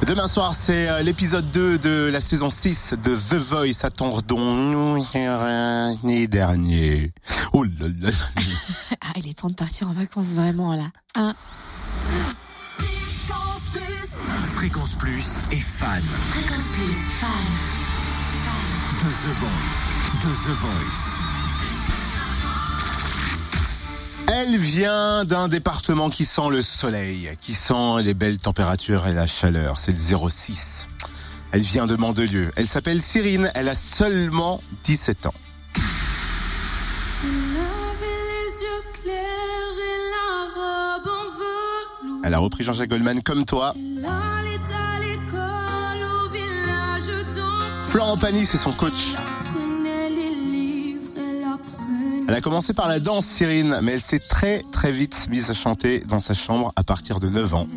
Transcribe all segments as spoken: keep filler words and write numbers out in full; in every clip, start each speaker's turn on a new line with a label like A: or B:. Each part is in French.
A: Demain soir, c'est l'épisode deux de la saison six de The Voice. Attendons l'année dernière. Oh là là.
B: Ah, il est temps de partir en vacances vraiment là. Hein.
C: Fréquence Plus.
D: Fréquence Plus et fan.
C: Fréquence Plus, fan.
D: De The Voice. De The Voice.
A: Elle vient d'un département qui sent le soleil, qui sent les belles températures et la chaleur. C'est le zéro six. Elle vient de Mandelieu. Elle s'appelle Cyrine. Elle a seulement dix-sept ans. Elle a repris Jean-Jacques Goldman comme toi. Florent Pagny, c'est son coach. Elle a commencé par la danse, Cyrine, mais elle s'est très très vite mise à chanter dans sa chambre à partir de neuf ans.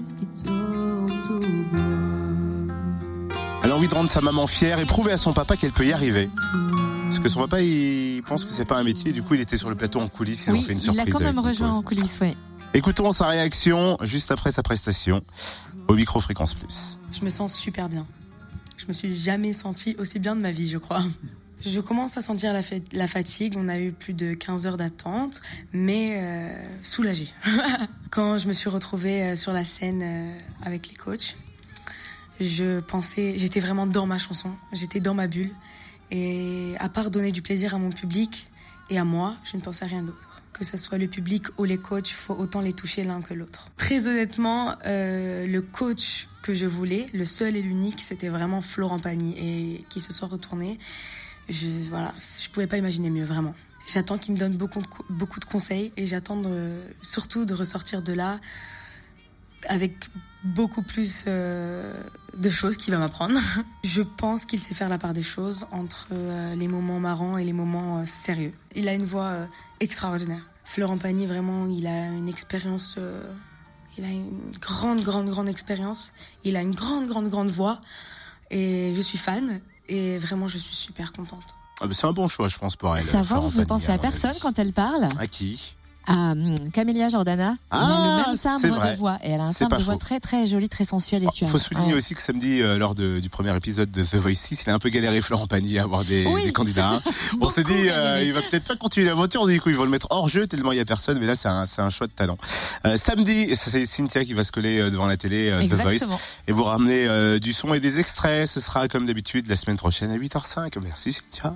A: Elle a envie de rendre sa maman fière et prouver à son papa qu'elle peut y arriver. Parce que son papa, il pense que c'est pas un métier, du coup il était sur le plateau en coulisses, ils
B: oui,
A: ont fait une surprise.
B: Il a quand même rejoint en coulisses, oui.
A: Écoutons sa réaction juste après sa prestation au micro Fréquence Plus.
E: Je me sens super bien. Je me suis jamais sentie aussi bien de ma vie, je crois. Je commence à sentir la, fa- la fatigue. On a eu plus de quinze heures d'attente, mais euh, soulagée. Quand je me suis retrouvée sur la scène euh, avec les coachs, je pensais, j'étais vraiment dans ma chanson, j'étais dans ma bulle. Et à part donner du plaisir à mon public et à moi, je ne pensais à rien d'autre. Que ce soit le public ou les coachs, il faut autant les toucher l'un que l'autre. Très honnêtement, euh, le coach que je voulais, le seul et l'unique, c'était vraiment Florent Pagny. Et qui se soit retourné, je voilà, je pouvais pas imaginer mieux, vraiment. J'attends qu'il me donne beaucoup de, beaucoup de conseils et j'attends de, surtout de ressortir de là avec beaucoup plus euh, de choses qu'il va m'apprendre. Je pense qu'il sait faire la part des choses entre euh, les moments marrants et les moments euh, sérieux. Il a une voix euh, extraordinaire. Florent Pagny, vraiment, il a une expérience, euh, il a une grande, grande, grande expérience. Il a une grande, grande, grande voix. Et je suis fan. Et vraiment, je suis super contente.
A: Ah bah c'est un bon choix, je pense, pour elle.
B: Ça va, vous ne pensez à personne quand elle parle ?
A: À qui ?
B: À Camélia Jordana.
A: Ah,
B: elle a le même
A: c'est
B: timbre
A: vrai.
B: de voix. Et elle a un
A: C'est
B: timbre
A: pas
B: de voix
A: faux.
B: très, très joli, très sensuel et suave.
A: Il faut souligner
B: Ouais.
A: aussi que samedi, euh, lors de, du premier épisode de The Voice six, il a un peu galéré Florent Pagny à avoir des,
B: Oui.
A: des candidats. hein. On
B: Beaucoup
A: s'est dit, euh,
B: galéré.
A: il va peut-être pas continuer l'aventure, du coup, ils vont le mettre hors jeu tellement il y a personne, mais là, c'est un, c'est un choix de talent. Euh, samedi, c'est Cynthia qui va se coller euh, devant la télé, euh, The Voice,
B: Exactement.
A: et vous ramener euh, du son et des extraits. Ce sera, comme d'habitude, la semaine prochaine à huit heures cinq. Merci, Cynthia.